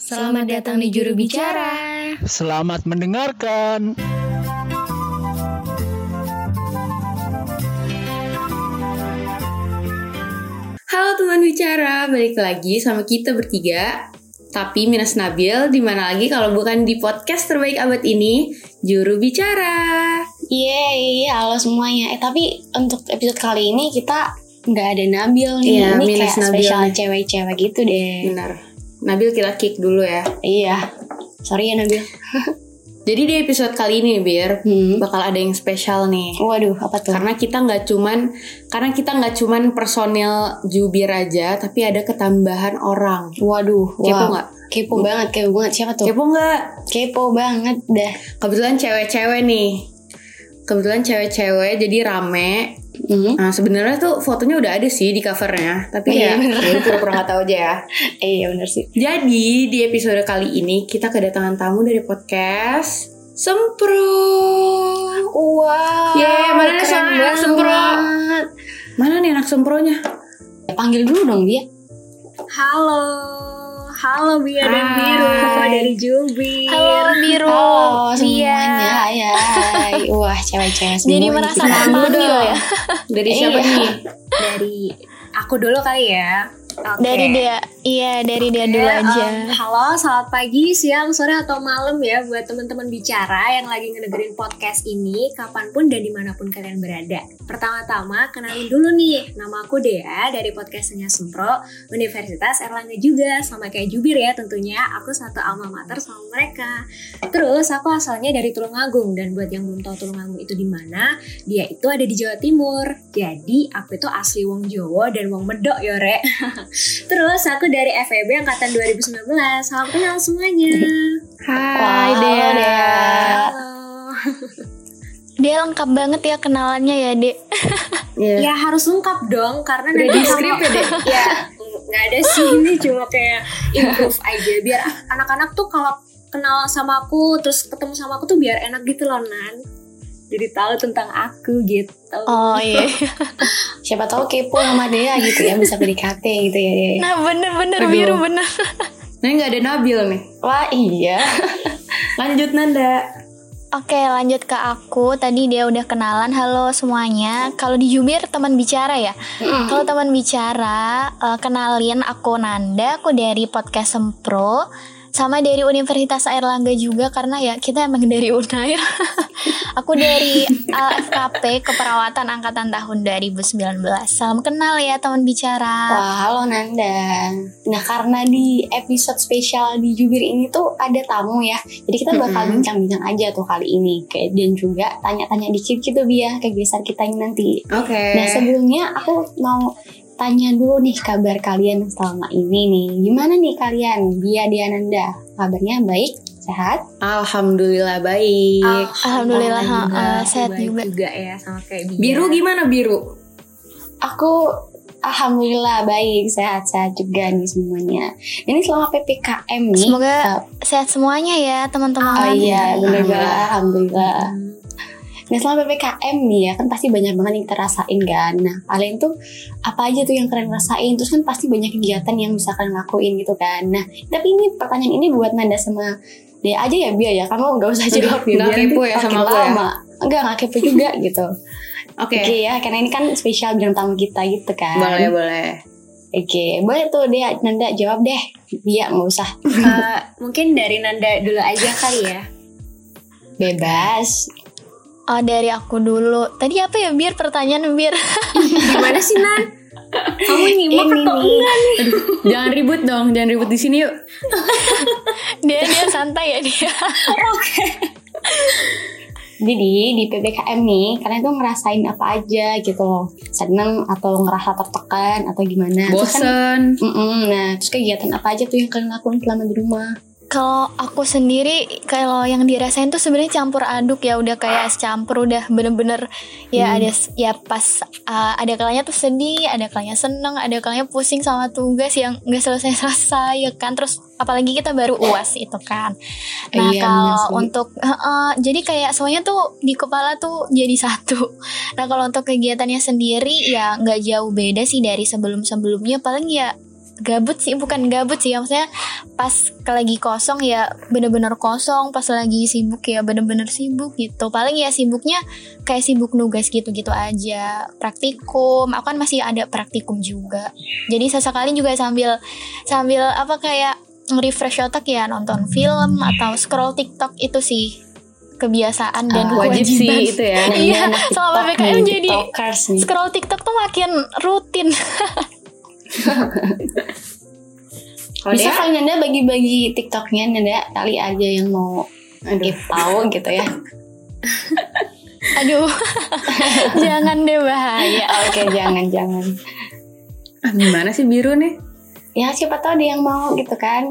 Selamat datang di Juru Bicara. Selamat mendengarkan. Halo teman bicara, balik lagi sama kita bertiga. Tapi minus Nabil, dimana lagi kalau bukan di podcast terbaik abad ini, Juru Bicara. Yeay, halo semuanya. Tapi untuk episode kali ini kita nggak ada Nabil nih. Iya, ini minus kayak Nabil spesial nih. cewek-cewek gitu deh. Benar. Nabil kita kick dulu ya. Iya, sorry ya Nabil. Jadi di episode kali ini nih, Bir, bakal ada yang spesial nih. Waduh, apa tuh? Karena kita nggak cuman personil Jubir aja, tapi ada ketambahan orang. Waduh, Kepo nggak? Kepo banget. Siapa tuh? Kepo nggak? Kepo banget dah. Kebetulan cewek-cewek jadi rame. Nah sebenarnya tuh fotonya udah ada sih di covernya, tapi Iya, ya bener. jadi pura-pura nggak tahu aja ya. Iya bener sih. Jadi di episode kali ini kita kedatangan tamu dari podcast Sempro. Wow. Yeay, mana nih keren suara anak banget. Sempro? Mana nih anak Sempronya? Panggil dulu dong dia. Halo Bia dan Hai. Biru dari Jubir. Halo Biru. Halo semuanya. Iya. Hai. Wah, cewek-cewek semua. Jadi nih. merasa Kita terpanggil dulu. ya. Dari siapa Iya. nih? Dari aku dulu kali ya. Oke. Dari dia dulu aja. Halo, selamat pagi, siang, sore, atau malam ya buat teman-teman bicara yang lagi ngedengerin podcast ini kapanpun dan dimanapun kalian berada. Pertama-tama, kenalin dulu nih, nama aku Dea dari podcastnya Sempro, Universitas Erlangga juga, sama kayak Jubir ya tentunya, aku satu alma mater sama mereka. Terus, aku asalnya dari Tulungagung, dan buat yang belum tahu Tulungagung itu di mana, dia itu ada di Jawa Timur. Jadi, aku itu asli wong Jawa dan wong Medok ya, Rek. Terus aku dari FEB angkatan 2019. Salam kenal semuanya. Hai Halo, Dea. Halo. Dia lengkap banget ya kenalannya ya, Dek. Iya. Ya harus lengkap dong karena Udah nanti di skrip ya, Dek? Ya nggak ada sih, ini cuma kayak improve aja biar anak-anak tuh kalau kenal sama aku terus ketemu sama aku tuh biar enak gitu loh, Nan. Jadi tahu tentang aku gitu. Oh iya. Siapa tahu kepo sama dia gitu ya, bisa PDKT gitu ya dia. Nah bener-bener Aduh. Biru bener. Nah nggak ada Nabil nih. Wah iya. Lanjut Nanda. Oke lanjut ke aku. Tadi dia udah kenalan. Halo semuanya. Kalau di Jubir teman bicara ya. Kalau teman bicara kenalin aku Nanda. Aku dari podcast Sempro. Sama dari Universitas Airlangga juga karena ya kita emang dari Unair. Aku dari FKP Keperawatan Angkatan tahun 2019. Salam kenal ya teman bicara. Wah halo Nanda. Nah karena di episode spesial di Jubir ini tuh ada tamu ya. Jadi kita bakal bincang-bincang aja tuh kali ini. Kayak dan juga tanya-tanya dikit gitu Bia. Kayak biasa kita ini nanti. Oke. Nah sebelumnya aku mau tanya dulu nih kabar kalian selama ini nih. Gimana nih kalian? Bia Diananda. Kabarnya baik? Sehat? Alhamdulillah baik. Alhamdulillah, Alhamdulillah, sehat baik juga. ya sama kayak Bia. Biru gimana Biru? Aku alhamdulillah baik, sehat-sehat juga nih semuanya. Ini selama PPKM nih. Semoga sehat semuanya ya teman-teman. Oh iya, benar Alhamdulillah. banget, alhamdulillah. Nah selama PPKM nih ya kan pasti banyak banget yang kita rasain kan. Nah kalian tuh apa aja tuh yang kalian rasain? Terus kan pasti banyak kegiatan yang bisa kalian lakuin gitu kan. Nah tapi ini pertanyaan ini buat Nanda sama Dea aja ya Bia ya. Kamu gak usah jawab ya. Nggak biar kepo nanti ya makin sama aku ya? lama. Enggak kepo juga gitu. Oke. Oke ya, karena ini kan spesial bintang tamu kita gitu kan. Boleh. Oke, boleh tuh Dea, Nanda jawab deh. Bia gak usah. Mungkin dari Nanda dulu aja kali ya. Bebas. Oh dari aku dulu. Tadi apa ya Biar pertanyaan Biar? Gimana sih Nan? Kamu nyimak Ini atau nih. enggak? Jangan ribut dong, jangan ribut di sini yuk. dia santai ya dia. Jadi di PPKM nih, kalian tuh ngerasain apa aja gitu loh. Seneng atau ngerasa tertekan atau gimana. Terus kan, Bosen. nah terus kegiatan apa aja tuh yang kalian lakuin selama di rumah? Kalau aku sendiri kalau yang dirasain tuh sebenarnya campur aduk ya, udah kayak campur, udah bener-bener ya ada ya pas ada kalanya tuh sedih, ada kalanya seneng, ada kalanya pusing sama tugas yang nggak selesai ya kan. Terus apalagi kita baru UAS itu kan. Nah Iya, kalau bener sih. untuk jadi kayak semuanya tuh di kepala tuh jadi satu. Nah kalau untuk kegiatannya sendiri ya nggak jauh beda sih dari sebelum-sebelumnya, paling ya gabut sih, bukan gabut sih ya, maksudnya pas lagi kosong ya bener-bener kosong, pas lagi sibuk ya bener-bener sibuk gitu. Paling ya sibuknya kayak sibuk nugas gitu-gitu aja, praktikum. Aku kan masih ada praktikum juga, jadi sesekali juga sambil apa kayak nge-refresh otak ya, nonton film atau scroll TikTok. Itu sih kebiasaan dan wajib kewajiban sih itu ya. Iya, selama PPKM jadi nih. scroll TikTok tuh makin rutin. Bisa kali Nanda bagi-bagi TikToknya, Nanda kali aja yang mau tahu gitu ya. Aduh, jangan deh, bahaya. Oke, jangan. Gimana sih Biru nih? Ya siapa tahu ada yang mau gitu kan.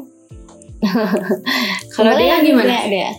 Kalau dia gimana? Dia.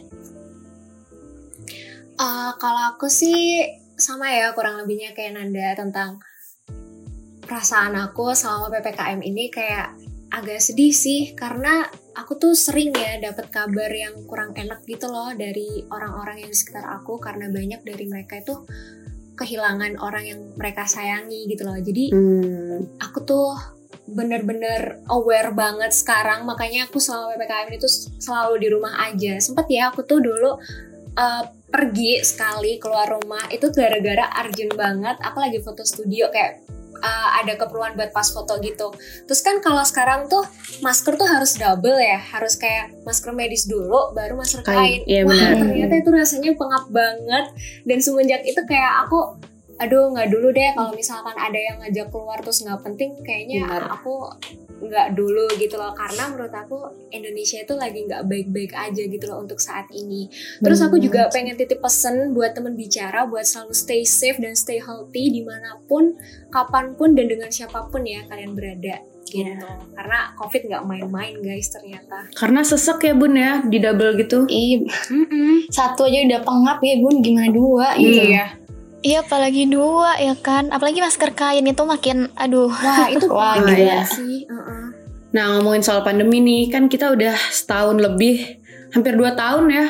Kalau aku sih sama ya, kurang lebihnya kayak Nanda, tentang perasaan aku selama PPKM ini kayak agak sedih sih, karena aku tuh sering ya dapat kabar yang kurang enak gitu loh dari orang-orang yang di sekitar aku, karena banyak dari mereka itu kehilangan orang yang mereka sayangi gitu loh. Jadi aku tuh bener-bener aware banget sekarang, makanya aku selama PPKM itu selalu di rumah aja. Sempet ya aku tuh dulu pergi sekali keluar rumah itu gara-gara urgent banget, aku lagi foto studio kayak ada keperluan buat pas foto gitu. Terus kan kalau sekarang tuh masker tuh harus double ya, harus kayak masker medis dulu baru masker kain. Iya, wah benar. ternyata itu rasanya pengap banget. Dan semenjak itu kayak aku nggak dulu deh kalau misalkan ada yang ngajak keluar terus nggak penting, kayaknya aku nggak dulu gitu loh, karena menurut aku Indonesia itu lagi nggak baik-baik aja gitu loh untuk saat ini. Terus aku juga pengen titip pesan buat teman bicara buat selalu stay safe dan stay healthy dimanapun, kapanpun dan dengan siapapun ya kalian berada gitu. Karena COVID nggak main-main guys ternyata. Karena sesek ya Bun ya, di double gitu. Satu aja udah pengap ya Bun, gimana dua gitu. Iya, apalagi 2 ya kan, apalagi masker kain itu makin aduh. Wah itu gila sih. Nah, ngomongin soal pandemi nih, kan kita udah setahun lebih, hampir 2 tahun ya.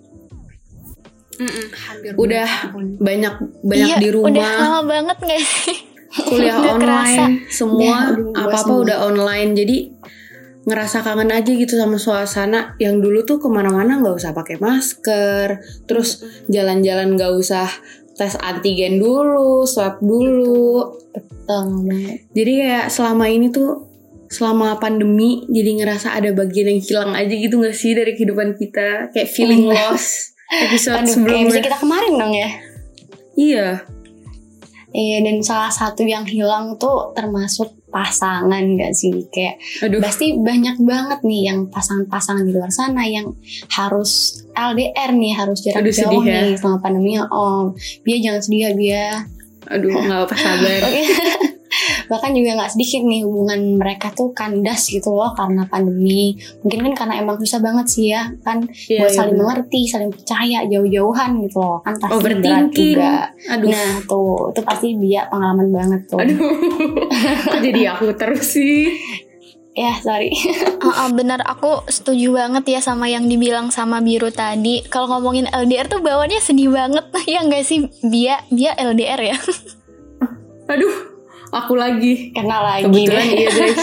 Hampir Udah banyak Iya, di rumah. udah lama banget gak sih? Kuliah Nggak kerasa. online, semua apa-apa udah online. Jadi ngerasa kangen aja gitu sama suasana yang dulu tuh kemana-mana nggak usah pakai masker, terus jalan-jalan nggak usah tes antigen dulu, swab dulu. Jadi kayak selama ini tuh, selama pandemi, jadi ngerasa ada bagian yang hilang aja gitu gak sih dari kehidupan kita. Kayak feeling lost episode sebelumnya. Kayak bisa kita kemarin dong ya. Iya. Iya, dan salah satu yang hilang tuh termasuk pasangan gak sih? Kayak pasti banyak banget nih yang pasangan-pasangan di luar sana yang harus LDR nih, harus jarak jauh nih selama pandemi. Oh, Bia jangan sedih ya Bia. Aduh, gak apa-apa, sabar. Bahkan juga gak sedikit nih hubungan mereka tuh kandas gitu loh karena pandemi. Mungkin kan karena emang susah banget sih ya kan, buat saling mengerti, saling percaya, jauh-jauhan gitu loh. Kan pasti berat juga. Nah tuh, itu pasti Bia pengalaman banget tuh. Aduh, kok jadi aku terus sih? Ya sorry. Benar, aku setuju banget ya sama yang dibilang sama Biru tadi. Kalau ngomongin LDR tuh bawaannya sedih banget. Ya gak sih, Bia LDR ya? Aduh, aku lagi. Kena lagi. Kebetulan iya guys.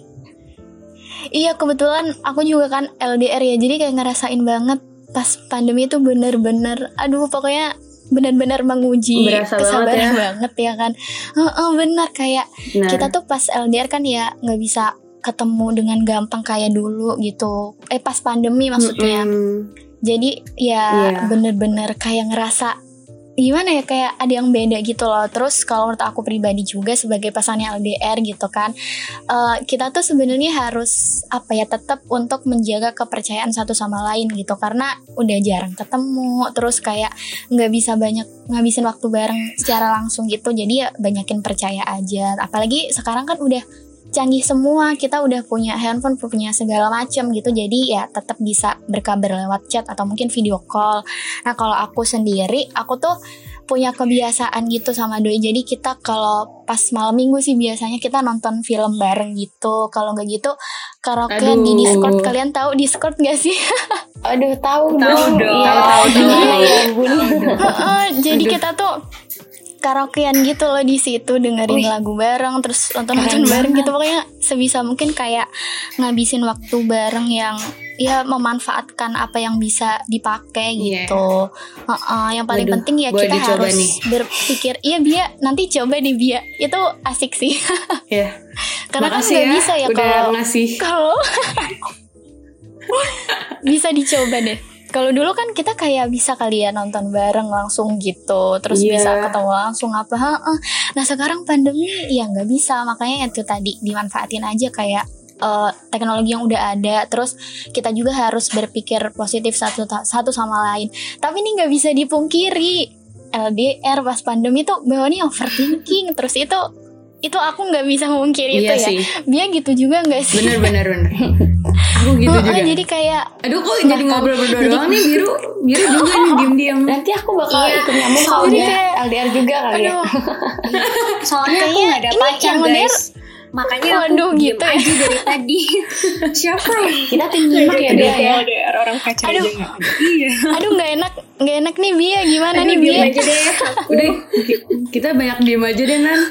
Iya, kebetulan aku juga kan LDR ya. Jadi kayak ngerasain banget pas pandemi itu bener-bener, aduh pokoknya benar-benar menguji kesabaran banget ya kan. Benar, kayak kita tuh pas LDR kan ya nggak bisa ketemu dengan gampang kayak dulu gitu. Pas pandemi maksudnya. Jadi ya bener-bener kayak ngerasa gimana ya, kayak ada yang beda gitu loh. Terus kalau menurut aku pribadi juga sebagai pasangan LDR gitu kan, kita tuh sebenarnya harus tetap untuk menjaga kepercayaan satu sama lain gitu, karena udah jarang ketemu, terus kayak nggak bisa banyak ngabisin waktu bareng secara langsung gitu. Jadi ya banyakin percaya aja, apalagi sekarang kan udah canggih semua, kita udah punya handphone, punya segala macam gitu. Jadi ya tetap bisa berkabar lewat chat atau mungkin video call. Nah kalau aku sendiri, aku tuh punya kebiasaan gitu sama Doi. Jadi kita kalau pas malam minggu sih biasanya kita nonton film bareng gitu. Kalau nggak gitu karaokean di Discord. Kalian tahu Discord nggak sih? Aduh tahu dong. Tahu. Jadi kita tuh karaokean gitu loh di situ, dengerin lagu bareng, terus nonton bareng gitu. Pokoknya sebisa mungkin kayak ngabisin waktu bareng yang ya memanfaatkan apa yang bisa dipakai gitu. Yang paling penting ya kita harus berpikir, iya Bia, nanti coba deh Bia, itu asik sih. Karena kan nggak bisa ya kalau bisa dicoba deh. Kalau dulu kan kita kayak bisa kali ya nonton bareng langsung gitu, terus bisa ketemu langsung apa. Nah sekarang pandemi ya nggak bisa, makanya itu tadi dimanfaatin aja kayak teknologi yang udah ada. Terus kita juga harus berpikir positif satu sama lain. Tapi ini nggak bisa dipungkiri, LDR pas pandemi tuh bawaannya overthinking. Terus itu aku nggak bisa memungkiri itu sih. Dia gitu juga nggak sih? Bener. Aku gitu juga. Jadi kayak, aduh kok jadi ngobrol berdua doang nih. Biru juga nih diam-diam. Nanti aku bakal ikut nyambung kalau dia LDR juga kali ya. Soalnya aku nggak ada pacar guys. Makanya aku gitu aja dari tadi. Siapa ya? Kita tim nyimak ya dia ya. LDR orang pacar aja nggak ada. Iya. Aduh nggak enak nih Bia, gimana nih Bia? Aja deh. Udah kita banyak diem aja deh Nan.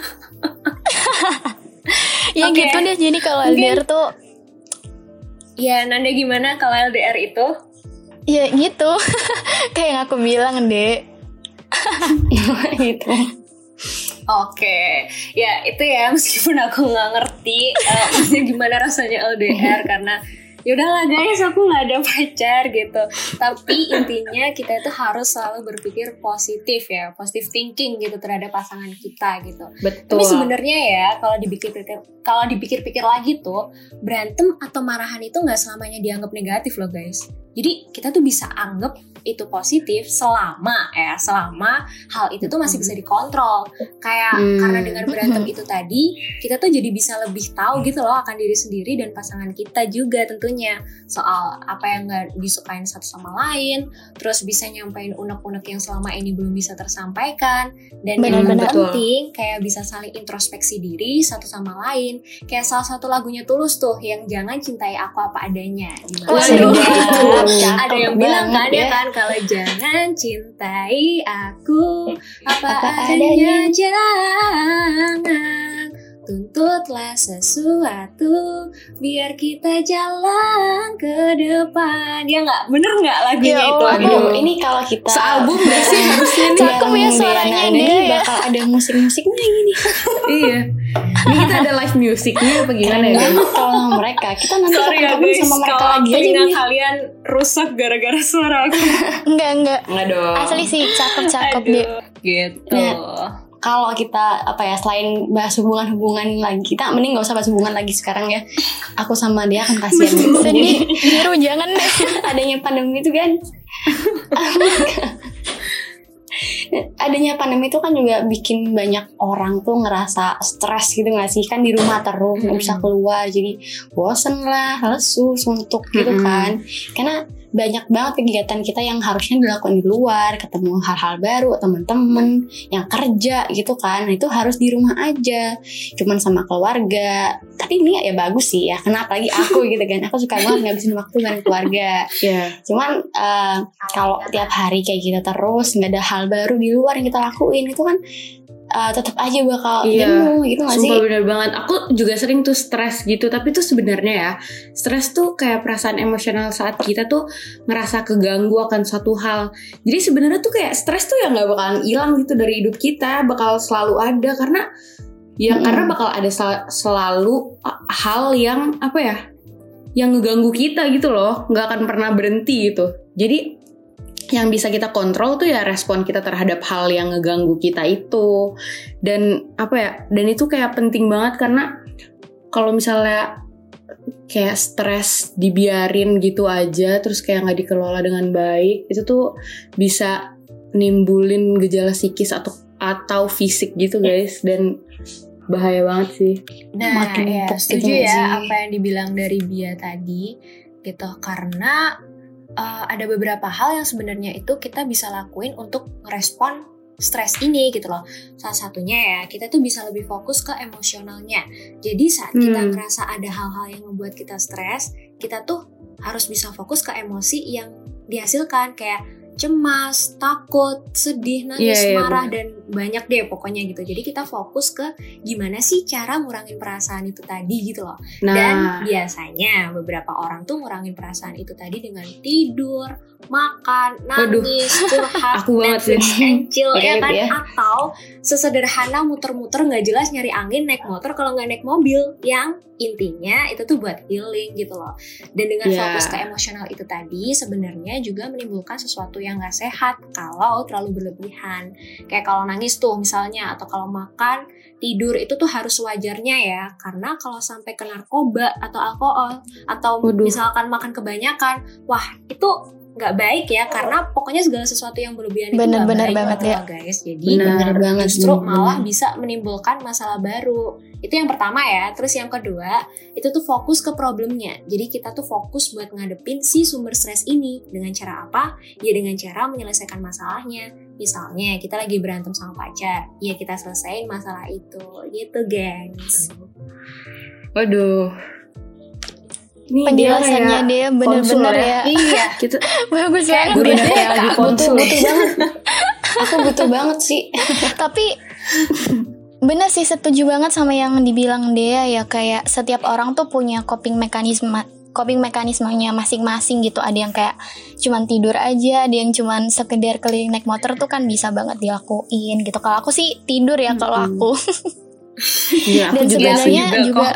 Ya gitu deh. Jadi kalau LDR tuh, ya Nanda gimana kalau LDR itu? ya gitu. Kayak yang aku bilang deh. Gitu. Oke, ya itu ya, meskipun aku nggak ngerti gimana rasanya LDR karena ya udahlah guys, aku nggak ada pacar gitu. Tapi intinya kita itu harus selalu berpikir positif ya, positive thinking gitu terhadap pasangan kita gitu. Betul. Tapi sebenarnya ya kalau dipikir-pikir lagi tuh, berantem atau marahan itu nggak selamanya dianggap negatif loh guys. Jadi kita tuh bisa anggap itu positif selama hal itu tuh masih bisa dikontrol. Kayak karena dengan berantem itu tadi, kita tuh jadi bisa lebih tahu gitu loh akan diri sendiri dan pasangan kita juga tentunya. Soal apa yang gak disukain satu sama lain, terus bisa nyampein unek-unek yang selama ini belum bisa tersampaikan. Dan yang penting kayak bisa saling introspeksi diri satu sama lain. Kayak salah satu lagunya Tulus tuh, yang jangan cintai aku apa adanya. Ada yang bilang kan ya kan, kalau jangan cintai aku apa adanya, jangan tuntutlah sesuatu biar kita jalan ke depan. Ya nggak, bener nggak lagunya itu? Aduh, ini kalau kita sealbum gak sih harusnya nih? Cakep ya suaranya ini bakal ada musik-musiknya gini. Iya. Ini kita ada live musiknya apa gimana ya? Kalau mereka, kita nanti ketemu sama mereka lagi aja nih. Kalian rusak gara-gara suara aku. Enggak dong. Asli sih cakep deh. Gitu. Kalau kita selain bahas hubungan lagi, kita mending gak usah bahas hubungan lagi sekarang ya. Aku sama dia kan kasihan gitu. Sedih, Biru jangan deh. Adanya pandemi itu kan. Adanya pandemi itu kan juga bikin banyak orang tuh ngerasa stres gitu gak sih? Kan di rumah terus, gak bisa keluar, jadi bosen lah, lesu, suntuk gitu kan. Karena banyak banget kegiatan kita yang harusnya dilakukan di luar, ketemu hal-hal baru, teman-teman yang kerja gitu kan. Nah, itu harus di rumah aja, cuman sama keluarga. Tapi ini ya bagus sih ya, kenapa lagi aku gitu kan, aku suka banget ngabisin waktu bareng keluarga. Cuman kalau tiap hari kayak gitu terus, nggak ada hal baru di luar yang kita lakuin, itu kan tetap aja bakal jenuh gitu gak sih? Sumpah bener banget. Aku juga sering tuh stres gitu. Tapi tuh sebenarnya ya, stres tuh kayak perasaan emosional saat kita tuh ngerasa keganggu akan suatu hal. Jadi sebenarnya tuh kayak stres tuh ya gak bakalan hilang gitu dari hidup kita, bakal selalu ada. Karena bakal ada selalu hal yang yang ngeganggu kita gitu loh, gak akan pernah berhenti gitu. Jadi yang bisa kita kontrol tuh ya respon kita terhadap hal yang ngeganggu kita itu. Dan dan itu kayak penting banget, karena kalau misalnya kayak stres dibiarin gitu aja terus kayak gak dikelola dengan baik, itu tuh bisa nimbulin gejala psikis atau fisik gitu guys, dan bahaya banget sih. Nah ya setuju ya apa yang dibilang dari Bia tadi gitu, karena ada beberapa hal yang sebenarnya itu kita bisa lakuin untuk merespon stres ini gitu loh. Salah satunya ya, kita tuh bisa lebih fokus ke emosionalnya. Jadi saat kita ngerasa ada hal-hal yang membuat kita stres, kita tuh harus bisa fokus ke emosi yang dihasilkan, kayak cemas, takut, sedih, nangis, marah, dan banyak deh pokoknya gitu. Jadi kita fokus ke gimana sih cara ngurangin perasaan itu tadi gitu loh. Nah, Dan biasanya beberapa orang tuh ngurangin perasaan itu tadi dengan tidur, makan, nangis, curhat, Aku banget sih. Netflix and chill, ya Mirip kan? ya. Atau sesederhana muter-muter nggak jelas nyari angin naik motor kalau nggak naik mobil, yang intinya itu tuh buat healing gitu loh. Dan dengan Ya. fokus ke emosional itu tadi sebenarnya juga menimbulkan sesuatu yang nggak sehat kalau terlalu berlebihan. Kayak kalau nangis tuh misalnya, atau kalau makan, tidur itu tuh harus wajarnya ya. Karena kalau sampai ke narkoba atau alkohol, atau Waduh. misalkan makan kebanyakan, wah itu nggak baik ya, karena pokoknya segala sesuatu yang berlebihan itu nggak Bener-bener baik banget gitu ya. loh, guys. Jadi Bener banget, justru bener. malah bisa menimbulkan masalah baru. Itu yang pertama ya. Terus yang kedua, itu tuh fokus ke problemnya. Jadi kita tuh fokus buat ngadepin si sumber stres ini. Dengan cara apa? Ya dengan cara menyelesaikan masalahnya. Misalnya kita lagi berantem sama pacar, ya kita selesaiin masalah itu. Gitu, gengs. Waduh. Ini Penjelasannya dia konsul bener-bener ya. ya. Iya. Kita Bagus Kayak banget. Guru bener kayak lagi konsul. butuh banget. Aku butuh banget sih. Tapi bener sih, setuju banget sama yang dibilang Dea ya, kayak setiap orang tuh punya coping mekanismenya masing-masing gitu. Ada yang kayak cuman tidur aja, ada yang cuman sekedar keliling naik motor tuh kan bisa banget dilakuin gitu. Kalau aku sih tidur ya kalau aku. ya, aku Dan juga sih. sebenarnya juga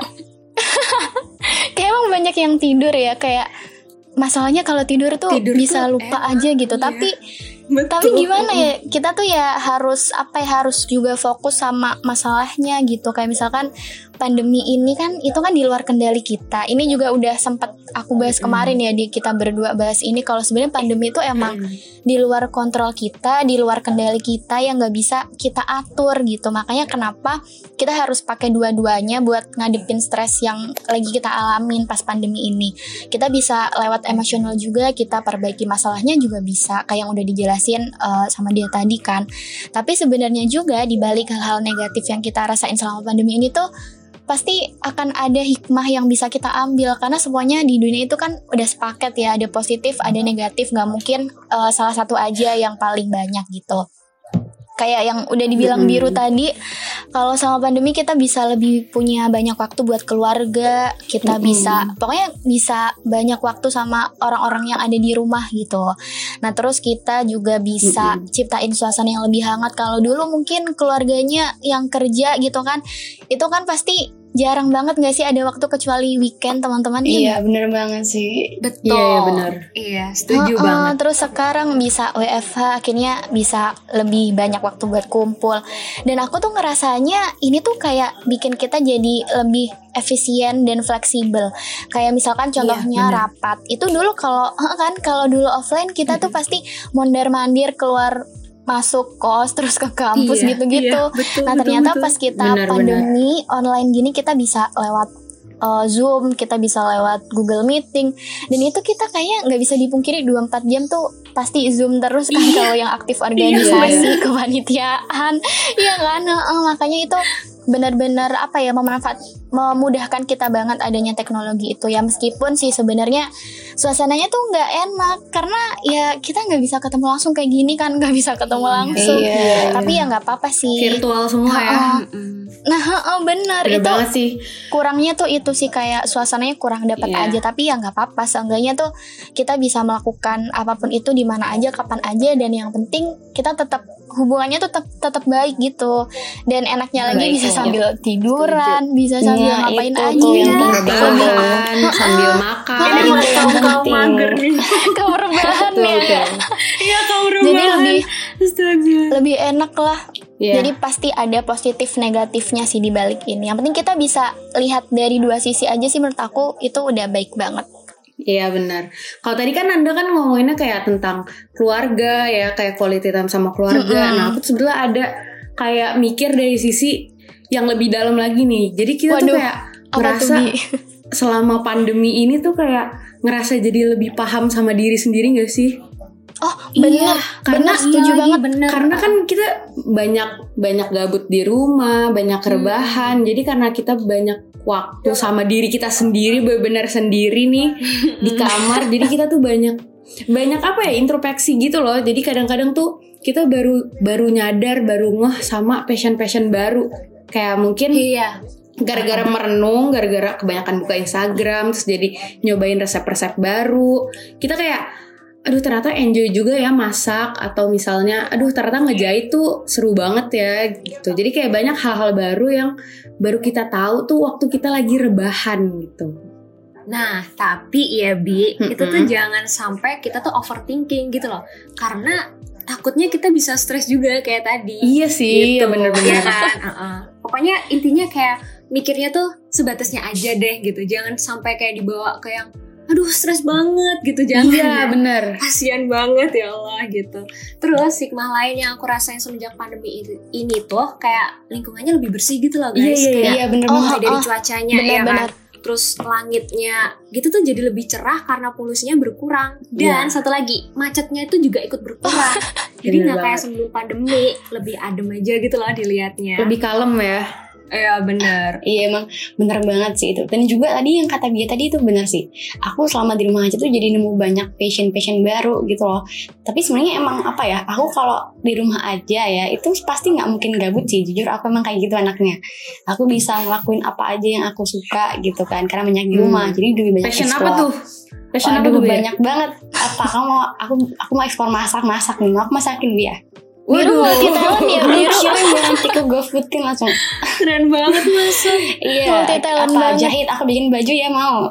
kayak emang banyak yang tidur ya, kayak masalahnya kalau tidur tuh Tidur bisa tuh lupa enak, aja gitu. iya. Tapi gimana ya, kita tuh ya harus harus juga fokus sama masalahnya gitu. Kayak misalkan pandemi ini kan, itu kan di luar kendali kita. Ini juga udah sempat aku bahas kemarin ya, di kita berdua bahas ini, kalau sebenarnya pandemi itu emang di luar kontrol kita, di luar kendali kita, yang nggak bisa kita atur gitu. Makanya kenapa kita harus pakai dua-duanya buat ngadepin stres yang lagi kita alamin pas pandemi ini. Kita bisa lewat emosional juga, kita perbaiki masalahnya juga bisa, kayak yang udah dijelasin sama dia tadi kan. Tapi sebenarnya juga di balik hal-hal negatif yang kita rasain selama pandemi ini tuh pasti akan ada hikmah yang bisa kita ambil, karena semuanya di dunia itu kan udah sepaket ya, ada positif, ada negatif, nggak mungkin salah satu aja yang paling banyak gitu. Kayak yang udah dibilang Biru tadi, kalau sama pandemi kita bisa lebih punya banyak waktu buat keluarga, kita bisa, pokoknya bisa banyak waktu sama orang-orang yang ada di rumah gitu. Nah terus kita juga bisa ciptain suasana yang lebih hangat. Kalau dulu mungkin keluarganya yang kerja gitu kan, itu kan pasti jarang banget gak sih ada waktu kecuali weekend, teman-teman. Iya, bener banget sih. Betul. Iya, benar. Iya, setuju banget. Terus sekarang bisa WFH, akhirnya bisa lebih banyak waktu buat kumpul. Dan aku tuh ngerasanya ini tuh kayak bikin kita jadi lebih efisien dan fleksibel. Kayak misalkan contohnya rapat. Itu dulu kalau dulu offline kita tuh pasti mondar-mandir keluar masuk kos terus ke kampus Iya, gitu-gitu. iya, betul, Nah betul, ternyata betul. pas kita Benar, pandemi online gini, kita bisa lewat Zoom, kita bisa lewat Google Meeting, dan itu kita kayaknya nggak bisa dipungkiri 24 jam tuh pasti Zoom terus kan. Kalau yang aktif organisasi kepanitiaan, iya kan. Makanya itu benar-benar memudahkan kita banget adanya teknologi itu ya. Meskipun sih sebenarnya suasananya tuh nggak enak, karena ya kita nggak bisa ketemu langsung kayak gini kan, nggak bisa ketemu langsung. Iya. Tapi ya nggak apa-apa sih. Virtual semua ya. Nah, benar Bener itu. banget sih. Kurangnya tuh itu sih, kayak suasananya kurang dapat Iya. aja. Tapi ya nggak apa-apa, seenggaknya tuh kita bisa melakukan apapun itu di mana aja, kapan aja, dan yang penting kita tetap hubungannya tuh tetap baik gitu. Dan enaknya lagi Baik, bisa setuju. sambil tiduran, bisa sambil Iya, ngapain itu aja. tuh yang Rebahan sambil makan. Ini buat kaum mager nih. Kamu rebahan Betul, ya. betul. Iya, kaum Jadi rebahan. Astaga. lebih enak lah. Iya. Jadi pasti ada positif negatifnya sih di balik ini. Yang penting kita bisa lihat dari dua sisi aja sih, menurut aku itu udah baik banget. Iya benar. Kalau tadi kan Anda kan ngomonginnya kayak tentang keluarga ya, kayak quality time sama keluarga. Nah aku sebelah ada kayak mikir dari sisi yang lebih dalam lagi nih. Jadi kita tuh Waduh, kayak apa ngerasa tuh, Bi? selama pandemi ini tuh kayak ngerasa jadi lebih paham sama diri sendiri gak sih? Oh benar, karena setuju banget. Karena kan kita banyak gabut di rumah, banyak rebahan. Jadi karena kita banyak waktu sama diri kita sendiri, benar-benar sendiri nih di kamar. Jadi kita tuh banyak introspeksi gitu loh. Jadi kadang-kadang tuh kita baru nyadar, baru ngeh sama passion baru. Kayak mungkin gara-gara merenung, gara-gara kebanyakan buka Instagram, terus jadi nyobain resep-resep baru. Kita kayak, aduh ternyata enjoy juga ya masak, atau misalnya, aduh ternyata ngejahit tuh seru banget ya gitu. Jadi kayak banyak hal-hal baru yang baru kita tahu tuh waktu kita lagi rebahan gitu. Nah, tapi ya Bi, itu tuh jangan sampai kita tuh overthinking gitu loh. Karena takutnya kita bisa stres juga kayak tadi. Iya sih, gitu. ya bener-bener. Ya kan? Pokoknya intinya kayak mikirnya tuh sebatasnya aja deh gitu. Jangan sampai kayak dibawa ke yang aduh stres banget gitu. Jangan. Iya bener. Kasian banget ya Allah gitu. Terus hikmah lain yang aku rasain semenjak pandemi ini tuh kayak lingkungannya lebih bersih gitu loh guys. Iya bener banget. Dari cuacanya ya kan. Terus langitnya gitu tuh jadi lebih cerah karena polusinya berkurang. Dan satu lagi, macetnya itu juga ikut berkurang. Jadi gak kayak sebelum pandemi, lebih adem aja gitu loh dilihatnya. Lebih kalem ya. Iya benar. Iya emang bener banget sih itu. Dan juga tadi yang kata Bia tadi itu bener sih. Aku selama di rumah aja tuh jadi nemu banyak passion baru gitu loh. Tapi sebenarnya emang apa ya, aku kalau di rumah aja ya itu pasti nggak mungkin gabut sih. Jujur aku emang kayak gitu anaknya. Aku bisa ngelakuin apa aja yang aku suka gitu kan. Karena banyak di rumah, jadi lebih banyak passion explore. apa tuh? Passion apa tuh banyak banget. Apa aku mau explore masak nih. Mau aku masakin Bia. Biru multi-talent ya, Biru. Nanti ke GoFoodin langsung. Keren banget masak. Iya, multi-talent apa banget. jahit, aku bikin baju ya mau.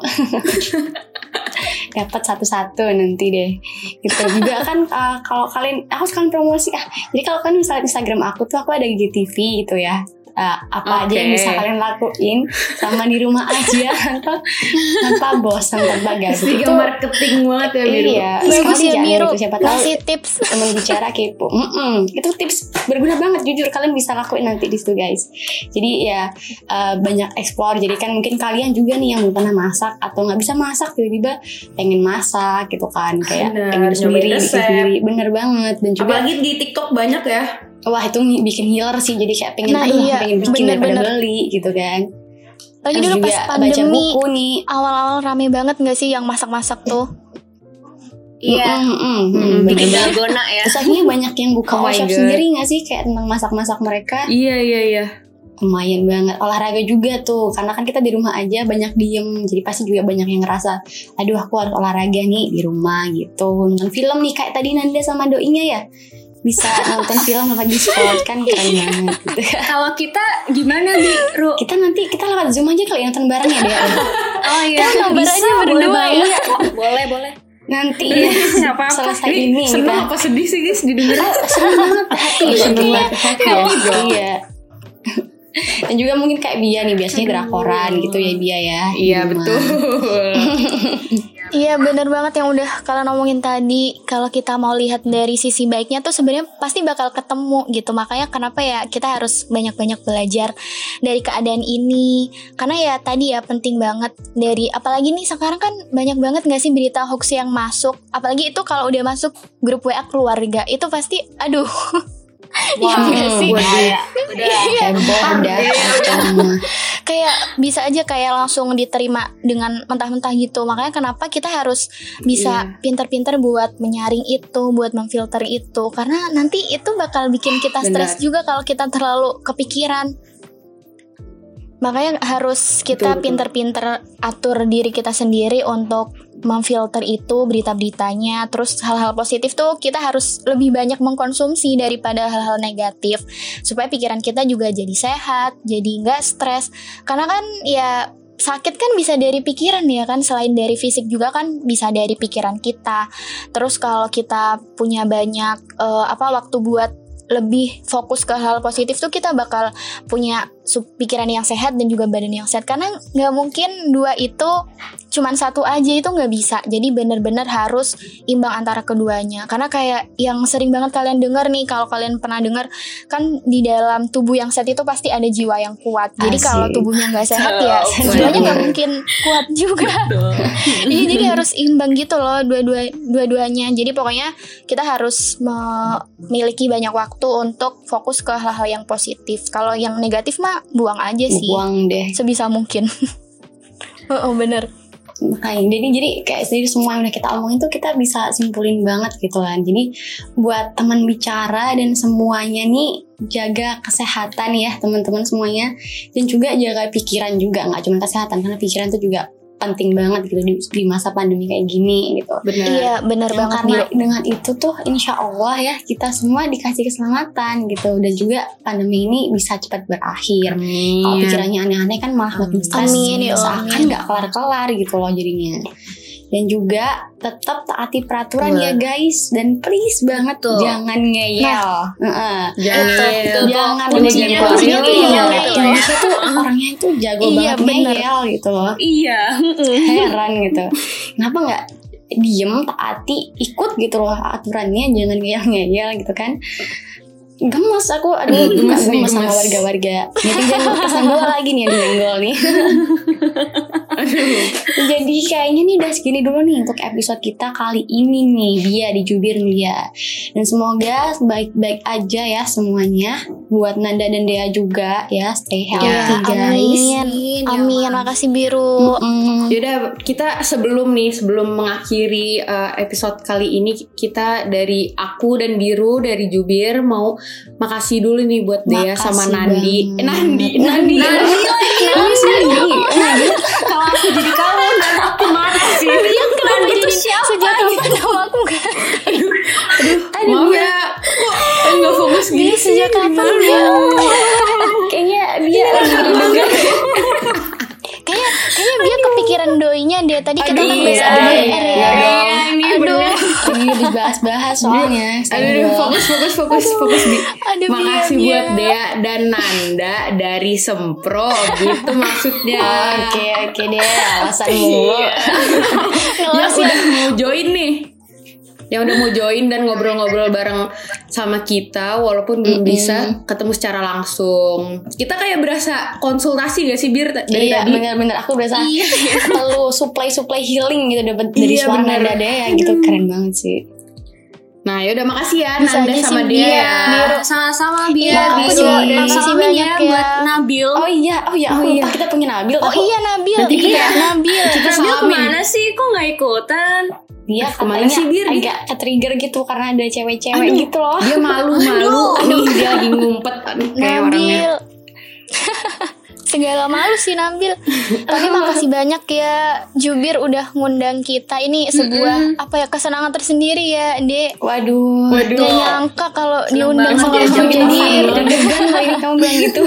Dapat satu-satu nanti deh. Gitu juga kan kalau kalian, aku sekarang promosi jadi kalau kan misalnya Instagram aku tuh aku ada GTV gitu ya. Apa aja yang bisa kalian lakuin sama di rumah aja tanpa bosan, tanpa gabut. Itu marketing banget ya Biru. Iya, Bagus ya Biru, siapa tahu kasih tips. teman bicara kepo. Itu tips berguna banget, jujur kalian bisa lakuin nanti di situ guys. Jadi ya banyak explore. Jadi kan mungkin kalian juga nih yang belum pernah masak atau nggak bisa masak tiba-tiba pengen masak gitu kan, kayak pengen sendiri, bikin sendiri. Bener banget. Dan juga apalagi di TikTok banyak ya. Wah itu bikin healer sih, jadi kayak pengen pengen bikin daripada beli gitu kan. Lagi terus dulu juga pas baca pandemi buku nih. awal-awal rame banget gak sih yang masak-masak tuh? Iya. Bikin dalgona ya. Terus akhirnya banyak yang buka Oh my workshop God. sendiri gak sih, kayak tentang masak-masak mereka. Iya. Lumayan banget. Olahraga juga tuh, karena kan kita di rumah aja banyak diem, jadi pasti juga banyak yang ngerasa aduh aku harus olahraga nih di rumah gitu. Nonton film nih kayak tadi Nanda sama doinya ya, bisa nonton film sama Discord kan keren banget gitu. Kalau kita gimana Bi, Ru? Kita lewat Zoom aja kali nonton bareng ya deh. Oh iya, Kan nobar aja boleh berdua ya. banget. Boleh. Nanti ya Nggak apa-apa. selesai ini Seneng apa sedih sih guys didengar? seneng banget, happy iya. Dan juga mungkin kayak Bia nih, biasanya drakoran gitu ya Bia ya. Iya Di rumah. betul. Iya bener banget yang udah kalian ngomongin tadi. Kalau kita mau lihat dari sisi baiknya tuh sebenarnya pasti bakal ketemu gitu. Makanya kenapa ya kita harus banyak-banyak belajar dari keadaan ini. Karena ya tadi ya penting banget dari, apalagi nih sekarang kan banyak banget gak sih berita hoax yang masuk. Apalagi itu kalau udah masuk grup WA keluarga, itu pasti aduh. Wah, Iya sih. udah. Heboh udah. Kayak bisa aja kayak langsung diterima dengan mentah-mentah gitu. Makanya kenapa kita harus bisa pintar-pintar buat menyaring itu, buat memfilter itu. Karena nanti itu bakal bikin kita stres juga kalau kita terlalu kepikiran. Makanya harus kita pintar-pintar atur diri kita sendiri untuk memfilter itu berita-beritanya. Terus hal-hal positif tuh kita harus lebih banyak mengkonsumsi daripada hal-hal negatif, supaya pikiran kita juga jadi sehat, jadi nggak stres. Karena kan ya sakit kan bisa dari pikiran ya kan, selain dari fisik juga kan bisa dari pikiran kita. Terus kalau kita punya banyak waktu buat lebih fokus ke hal positif tuh kita bakal punya pikiran yang sehat dan juga badan yang sehat. Karena nggak mungkin dua itu cuman satu aja, itu nggak bisa. Jadi benar-benar harus imbang antara keduanya. Karena kayak yang sering banget kalian dengar nih, kalau kalian pernah dengar kan di dalam tubuh yang sehat itu pasti ada jiwa yang kuat. Jadi kalau tubuhnya nggak sehat ya jiwanya nggak mungkin kuat juga. jadi harus imbang gitu loh dua-duanya. Jadi pokoknya kita harus memiliki banyak waktu untuk fokus ke hal-hal yang positif. Kalau yang negatif mah buang aja sih. Buang deh. Sebisa mungkin. Oh bener. Makanya jadi kayak dari semua yang udah kita omongin tuh kita bisa simpulin banget gitu kan. Jadi buat teman bicara dan semuanya nih, jaga kesehatan ya teman-teman semuanya, dan juga jaga pikiran juga, nggak cuma kesehatan, karena pikiran tuh juga penting banget gitu di masa pandemi kayak gini gitu. Benar. Iya benar Dan banget karena Biru. dengan itu tuh insya Allah ya kita semua dikasih keselamatan gitu, dan juga pandemi ini bisa cepat berakhir. Amin. Kalau pikirannya aneh-aneh kan malah makin stres, Amin, ya Allah, seakan amin. nggak kelar-kelar gitu loh jadinya. Dan juga tetap taati peraturan ya guys, dan please banget Betul. jangan ngeyel. Jangan kuncinya ngeyel. tuh ngeyel gitu ya. Indonesia tuh orangnya itu jago Iya, banget bener. ngeyel gitu loh. Iya. Heran gitu. Kenapa nggak diem, taati, ikut gitu loh aturannya, jangan ngeyel-ngeyel gitu kan. Gemes aku, aduh Gemes nih, sama gemes. warga-warga. Netizen kesan gue lagi nih yang dienggol nih. Jadi kayaknya nih udah segini dulu nih untuk episode kita kali ini nih, dia di Jubir Mulia. Dan semoga baik-baik aja ya semuanya. Buat Nanda dan Dea juga ya, stay healthy Ya, guys. amin. Amin. Makasih Biru. Yaudah, kita sebelum mengakhiri episode kali ini, kita dari aku dan Biru dari Jubir mau makasih dulu nih buat Dea sama Nandi. Nandi. Kalau aku jadi kamu, dan aku mana sih? Kenapa jadi sejak kapan nama aku gak? Maaf ya, kok nggak fokus gini sih? Sejak kapan Gimana? dia? Kayaknya dia lagi denger. Kayaknya dia kepikiran doinya dia tadi kita kan Aduh, bahas iya, ADR ya. ini Aduh. bener. Lagi dibahas-bahas soalnya. Aduh, fokus di. Aduh, Makasih Bia. buat Dea dan Nanda dari Sempro, gitu maksudnya. Oke deh, alasan mulu. Yang udah mau join nih, yang udah mau join dan ngobrol-ngobrol bareng sama kita, walaupun belum bisa ketemu secara langsung. Kita kayak berasa konsultasi gak sih Bir dari Iya tadi? bener-bener aku berasa perlu supply healing gitu dari Iya, suara bener. Nanda Dea gitu, keren banget sih. Nah yaudah makasih ya Bisa Nanda aja sama sih, Dea Bia. ya. Biru. Sama-sama Iya, biar aku Biru. juga Dan makasih salamin banyak ya. buat Nabil. Oh iya, aku lupa kita punya Nabil. Oh iya Nabil. Nanti kita- Iya Nabil. kita Nabil salamin. kemana sih? Kok nggak ikutan? Dia Kemana katanya sih, Bir? agak ke-trigger gitu karena ada cewek-cewek gitu loh. Dia malu nih, dia lagi ngumpet kayak orangnya. Nabil. Segala malu sih Nabil. Tapi makasih banyak ya Jubir udah ngundang kita. Ini sebuah kesenangan tersendiri ya, Dek. Waduh. Waduh. Gak nyangka kalau diundang banget sama diajakin Bang Jubir. makan. Deg-degan loh ini kamu bilang gitu.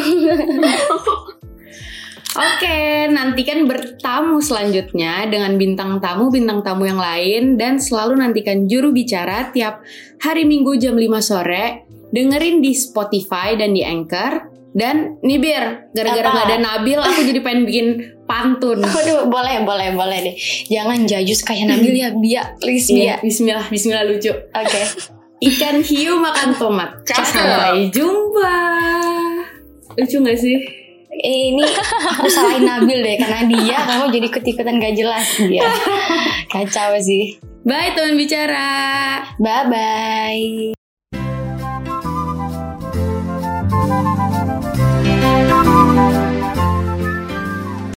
Oke, nantikan bertamu selanjutnya dengan bintang tamu yang lain, dan selalu nantikan Juru Bicara tiap hari Minggu jam 5 sore. Dengerin di Spotify dan di Anchor. Dan nih Bir, gara-gara Apa? gak ada Nabil, aku jadi pengen bikin pantun. Waduh, boleh deh. Jangan jajus kayak Nabil ya, Bia. Please, Bia. Iya, bismillah lucu. Oke. Ikan hiu makan tomat. Sampai jumpa. Lucu gak sih? Ini aku salahin Nabil deh, karena dia kamu jadi ikut-ikutan gak jelas dia. Kacau sih. Bye teman bicara. Bye-bye.